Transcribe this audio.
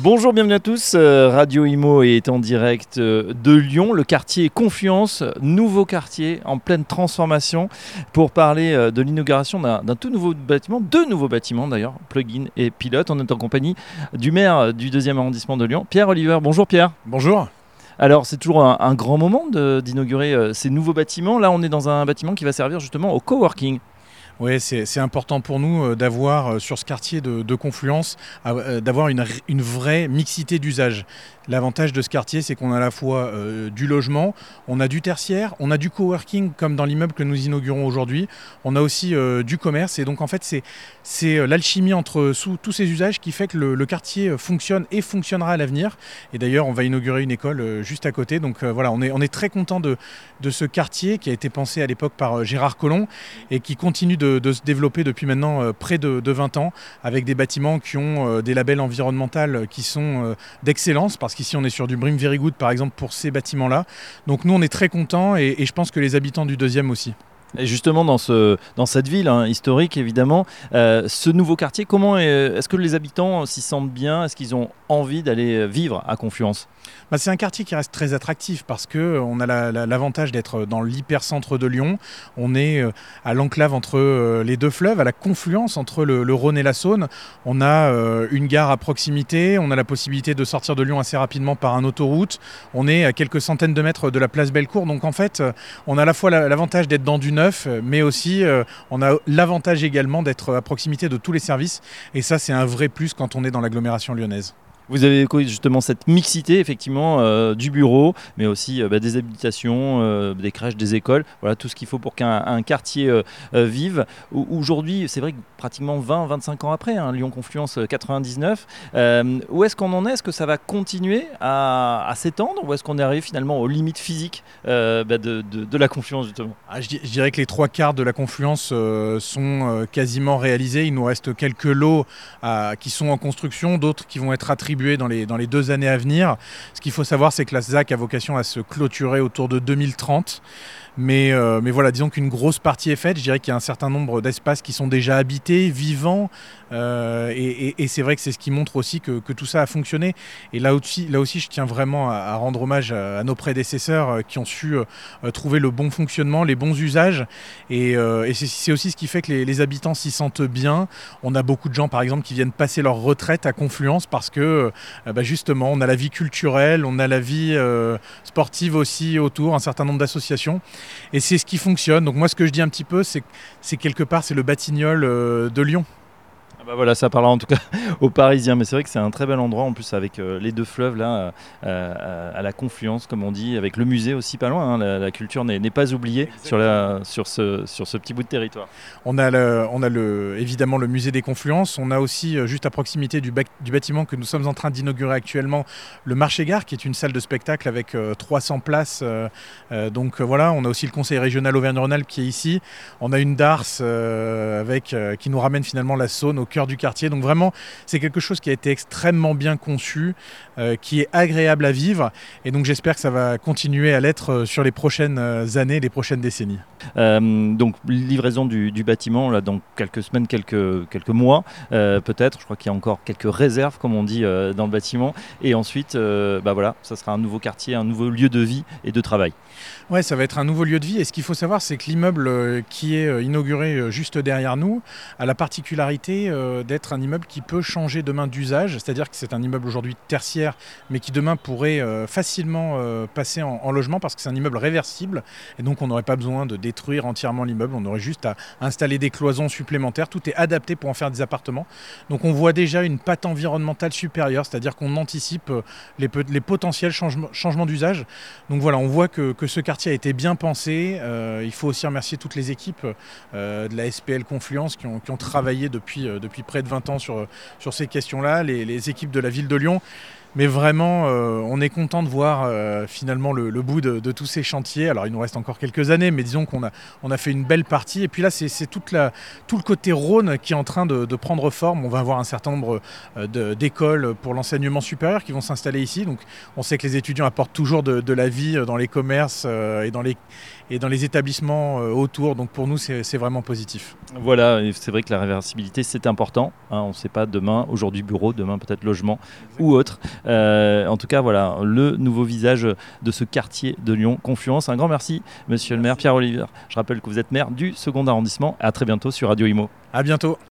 Bonjour, bienvenue à tous. Radio Imo est en direct de Lyon, le quartier Confluence, nouveau quartier en pleine transformation, pour parler de l'inauguration d'un tout nouveau bâtiment, deux nouveaux bâtiments d'ailleurs, Plugin et Pilote. On est en compagnie du maire du 2e arrondissement de Lyon, Pierre Oliver. Bonjour Pierre. Bonjour. Alors c'est toujours un grand moment d'inaugurer ces nouveaux bâtiments. Là on est dans un bâtiment qui va servir justement au coworking. Oui, c'est important pour nous d'avoir sur ce quartier de Confluence, d'avoir une vraie mixité d'usages. L'avantage de ce quartier, c'est qu'on a à la fois du logement, on a du tertiaire, on a du coworking comme dans l'immeuble que nous inaugurons aujourd'hui, on a aussi du commerce, et donc en fait c'est l'alchimie entre tous ces usages qui fait que le quartier fonctionne et fonctionnera à l'avenir. Et d'ailleurs on va inaugurer une école juste à côté, donc voilà, on est très content de ce quartier qui a été pensé à l'époque par Gérard Collomb et qui continue de se développer depuis maintenant près de 20 ans, avec des bâtiments qui ont des labels environnementaux qui sont d'excellence, parce qu'ici on est sur du BREEAM Very Good par exemple pour ces bâtiments-là. Donc nous on est très contents et je pense que les habitants du 2e aussi. Et justement dans cette ville historique évidemment, ce nouveau quartier, comment est-ce que les habitants s'y sentent bien? Est-ce qu'ils ont envie d'aller vivre à Confluence? C'est un quartier qui reste très attractif parce qu'on a l'avantage d'être dans l'hypercentre de Lyon. On est à l'enclave entre les deux fleuves, à la confluence entre le Rhône et la Saône. On a une gare à proximité, on a la possibilité de sortir de Lyon assez rapidement par une autoroute. On est à quelques centaines de mètres de la place Bellecour. Donc en fait, on a à la fois l'avantage d'être dans du neuf, mais aussi on a l'avantage également d'être à proximité de tous les services. Et ça, c'est un vrai plus quand on est dans l'agglomération lyonnaise. Vous avez justement cette mixité effectivement du bureau, mais aussi des habitations, des crèches, des écoles, voilà tout ce qu'il faut pour qu'un quartier vive. Aujourd'hui, c'est vrai que pratiquement 20-25 ans après, Lyon Confluence 99, où est-ce qu'on en est? Est-ce que ça va continuer à s'étendre, ou est-ce qu'on est arrivé finalement aux limites physiques de la Confluence justement? Je dirais que les 3/4 de la Confluence sont quasiment réalisés. Il nous reste quelques lots qui sont en construction, d'autres qui vont être attribués dans les 2 années à venir. Ce qu'il faut savoir, c'est que la ZAC a vocation à se clôturer autour de 2030. Mais voilà, disons qu'une grosse partie est faite. Je dirais qu'il y a un certain nombre d'espaces qui sont déjà habités, vivants, et c'est vrai que c'est ce qui montre aussi que tout ça a fonctionné. Et là aussi je tiens vraiment à rendre hommage à nos prédécesseurs qui ont su trouver le bon fonctionnement, les bons usages, et c'est aussi ce qui fait que les habitants s'y sentent bien. On a beaucoup de gens par exemple qui viennent passer leur retraite à Confluence parce que justement on a la vie culturelle, on a la vie sportive aussi autour, un certain nombre d'associations. Et c'est ce qui fonctionne. Donc moi, ce que je dis un petit peu, c'est quelque part, c'est le Batignolles de Lyon. Voilà, ça parlera en tout cas aux Parisiens, mais c'est vrai que c'est un très bel endroit en plus avec les deux fleuves là, à la confluence comme on dit, avec le musée aussi pas loin, la culture n'est pas oubliée sur ce petit bout de territoire. On a évidemment le musée des Confluences, on a aussi juste à proximité du bâtiment que nous sommes en train d'inaugurer actuellement, le Marché-Gare, qui est une salle de spectacle avec 300 places, donc voilà, on a aussi le conseil régional Auvergne-Rhône-Alpes qui est ici, on a une darse qui nous ramène finalement la Saône au cœur du quartier. Donc vraiment, c'est quelque chose qui a été extrêmement bien conçu, qui est agréable à vivre. Et donc j'espère que ça va continuer à l'être sur les prochaines années, les prochaines décennies. Donc livraison du bâtiment là, dans quelques semaines, quelques mois peut-être. Je crois qu'il y a encore quelques réserves comme on dit dans le bâtiment. Et ensuite, voilà, ça sera un nouveau quartier, un nouveau lieu de vie et de travail. Ouais, ça va être un nouveau lieu de vie. Et ce qu'il faut savoir, c'est que l'immeuble qui est inauguré juste derrière nous a la particularité d'être un immeuble qui peut changer demain d'usage. C'est-à-dire que c'est un immeuble aujourd'hui tertiaire, mais qui demain pourrait facilement passer en logement parce que c'est un immeuble réversible. Et donc on n'aurait pas besoin de détruire entièrement l'immeuble. On aurait juste à installer des cloisons supplémentaires. Tout est adapté pour en faire des appartements. Donc on voit déjà une patte environnementale supérieure, c'est-à-dire qu'on anticipe les potentiels changements d'usage. Donc voilà, on voit que ce quartier a été bien pensé. Il faut aussi remercier toutes les équipes de la SPL Confluence qui ont travaillé depuis près de 20 ans sur ces questions-là, les équipes de la ville de Lyon. Mais vraiment, on est content de voir finalement le bout de tous ces chantiers. Alors il nous reste encore quelques années, mais disons on a fait une belle partie. Et puis là, c'est tout le côté Rhône qui est en train de prendre forme. On va avoir un certain nombre d'écoles pour l'enseignement supérieur qui vont s'installer ici. Donc on sait que les étudiants apportent toujours de la vie dans les commerces et dans les établissements autour. Donc pour nous, c'est vraiment positif. Voilà, et c'est vrai que la réversibilité, c'est important. On ne sait pas demain, aujourd'hui bureau, demain peut-être logement ou autre. En tout cas, voilà, le nouveau visage de ce quartier de Lyon, Confluence. Un grand merci, monsieur le maire Pierre Olivier. Je rappelle que vous êtes maire du second arrondissement. À très bientôt sur Radio Imo. À bientôt.